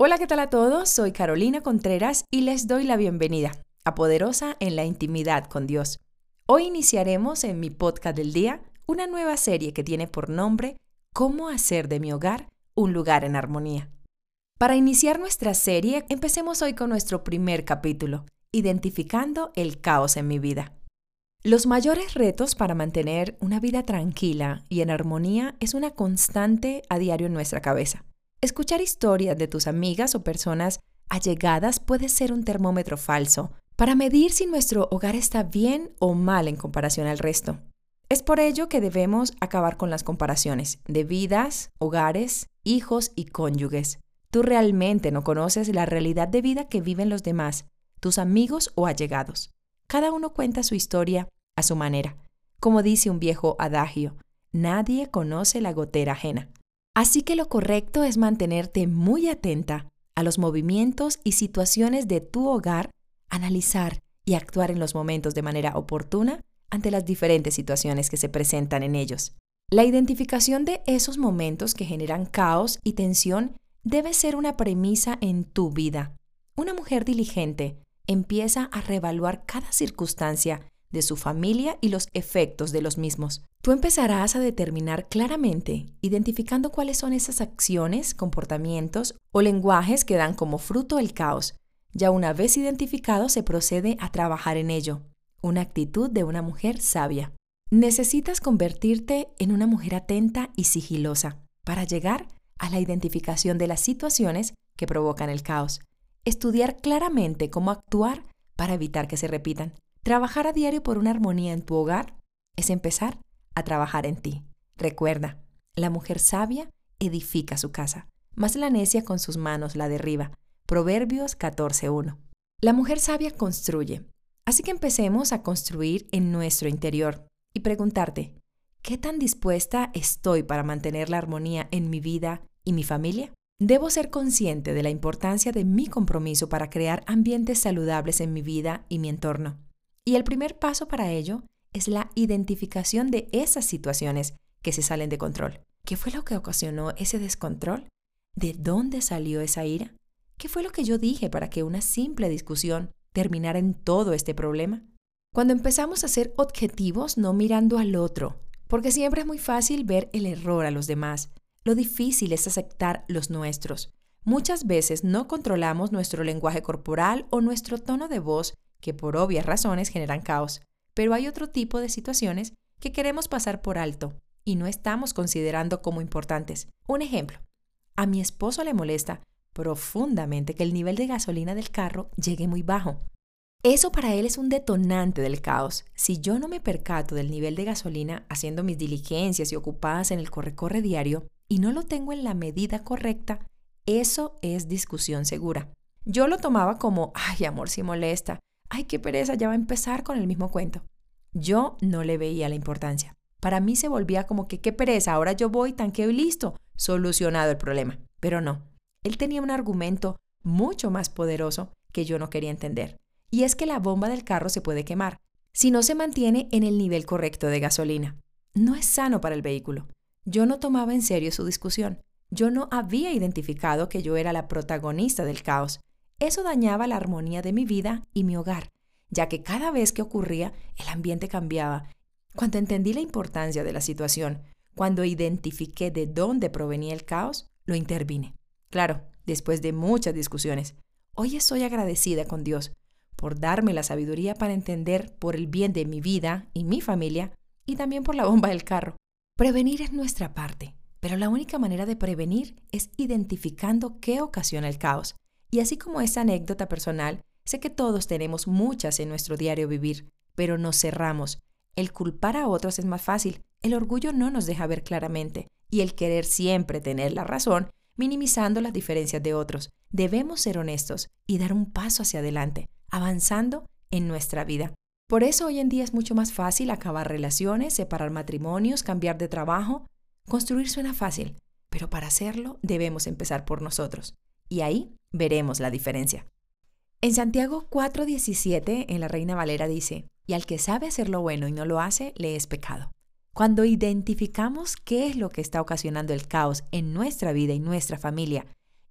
Hola, ¿qué tal a todos? Soy Carolina Contreras y les doy la bienvenida a Poderosa en la Intimidad con Dios. Hoy iniciaremos en mi podcast del día una nueva serie que tiene por nombre ¿Cómo hacer de mi hogar un lugar en armonía? Para iniciar nuestra serie, empecemos hoy con nuestro primer capítulo, identificando el caos en mi vida. Los mayores retos para mantener una vida tranquila y en armonía es una constante a diario en nuestra cabeza. Escuchar historias de tus amigas o personas allegadas puede ser un termómetro falso para medir si nuestro hogar está bien o mal en comparación al resto. Es por ello que debemos acabar con las comparaciones de vidas, hogares, hijos y cónyuges. Tú realmente no conoces la realidad de vida que viven los demás, tus amigos o allegados. Cada uno cuenta su historia a su manera. Como dice un viejo adagio, nadie conoce la gotera ajena. Así que lo correcto es mantenerte muy atenta a los movimientos y situaciones de tu hogar, analizar y actuar en los momentos de manera oportuna ante las diferentes situaciones que se presentan en ellos. La identificación de esos momentos que generan caos y tensión debe ser una premisa en tu vida. Una mujer diligente empieza a reevaluar cada circunstancia de su familia y los efectos de los mismos. Tú empezarás a determinar claramente, identificando cuáles son esas acciones, comportamientos o lenguajes que dan como fruto el caos. Ya una vez identificado, se procede a trabajar en ello. Una actitud de una mujer sabia. Necesitas convertirte en una mujer atenta y sigilosa para llegar a la identificación de las situaciones que provocan el caos. Estudiar claramente cómo actuar para evitar que se repitan. Trabajar a diario por una armonía en tu hogar es empezar a trabajar en ti. Recuerda, la mujer sabia edifica su casa, mas la necia con sus manos la derriba. Proverbios 14:1. La mujer sabia construye. Así que empecemos a construir en nuestro interior y preguntarte, ¿qué tan dispuesta estoy para mantener la armonía en mi vida y mi familia? Debo ser consciente de la importancia de mi compromiso para crear ambientes saludables en mi vida y mi entorno. Y el primer paso para ello es la identificación de esas situaciones que se salen de control. ¿Qué fue lo que ocasionó ese descontrol? ¿De dónde salió esa ira? ¿Qué fue lo que yo dije para que una simple discusión terminara en todo este problema? Cuando empezamos a ser objetivos, no mirando al otro, porque siempre es muy fácil ver el error a los demás. Lo difícil es aceptar los nuestros. Muchas veces no controlamos nuestro lenguaje corporal o nuestro tono de voz, que por obvias razones generan caos. Pero hay otro tipo de situaciones que queremos pasar por alto y no estamos considerando como importantes. Un ejemplo, a mi esposo le molesta profundamente que el nivel de gasolina del carro llegue muy bajo. Eso para él es un detonante del caos. Si yo no me percato del nivel de gasolina haciendo mis diligencias y ocupadas en el corre-corre diario y no lo tengo en la medida correcta, eso es discusión segura. Yo lo tomaba como, ay amor, si molesta. Ay, qué pereza, ya va a empezar con el mismo cuento. Yo no le veía la importancia. Para mí se volvía como que qué pereza, ahora yo voy, tanqueo y listo, solucionado el problema. Pero no, él tenía un argumento mucho más poderoso que yo no quería entender. Y es que la bomba del carro se puede quemar si no se mantiene en el nivel correcto de gasolina. No es sano para el vehículo. Yo no tomaba en serio su discusión. Yo no había identificado que yo era la protagonista del caos. Eso dañaba la armonía de mi vida y mi hogar, ya que cada vez que ocurría, el ambiente cambiaba. Cuando entendí la importancia de la situación, cuando identifiqué de dónde provenía el caos, lo intervine. Claro, después de muchas discusiones. Hoy estoy agradecida con Dios por darme la sabiduría para entender por el bien de mi vida y mi familia y también por la bomba del carro. Prevenir es nuestra parte, pero la única manera de prevenir es identificando qué ocasiona el caos. Y así como esta anécdota personal, sé que todos tenemos muchas en nuestro diario vivir, pero nos cerramos. El culpar a otros es más fácil, el orgullo no nos deja ver claramente, y el querer siempre tener la razón, minimizando las diferencias de otros. Debemos ser honestos y dar un paso hacia adelante, avanzando en nuestra vida. Por eso hoy en día es mucho más fácil acabar relaciones, separar matrimonios, cambiar de trabajo. Construir suena fácil, pero para hacerlo debemos empezar por nosotros. Y ahí veremos la diferencia. En Santiago 4:17, en la Reina Valera dice, y al que sabe hacer lo bueno y no lo hace, le es pecado. Cuando identificamos qué es lo que está ocasionando el caos en nuestra vida y nuestra familia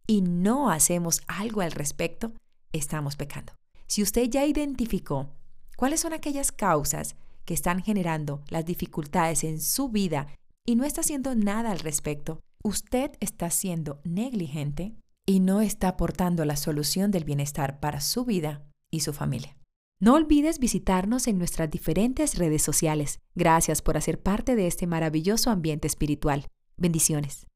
y no hacemos algo al respecto, estamos pecando. Si usted ya identificó cuáles son aquellas causas que están generando las dificultades en su vida y no está haciendo nada al respecto, usted está siendo negligente y no está aportando la solución del bienestar para su vida y su familia. No olvides visitarnos en nuestras diferentes redes sociales. Gracias por hacer parte de este maravilloso ambiente espiritual. Bendiciones.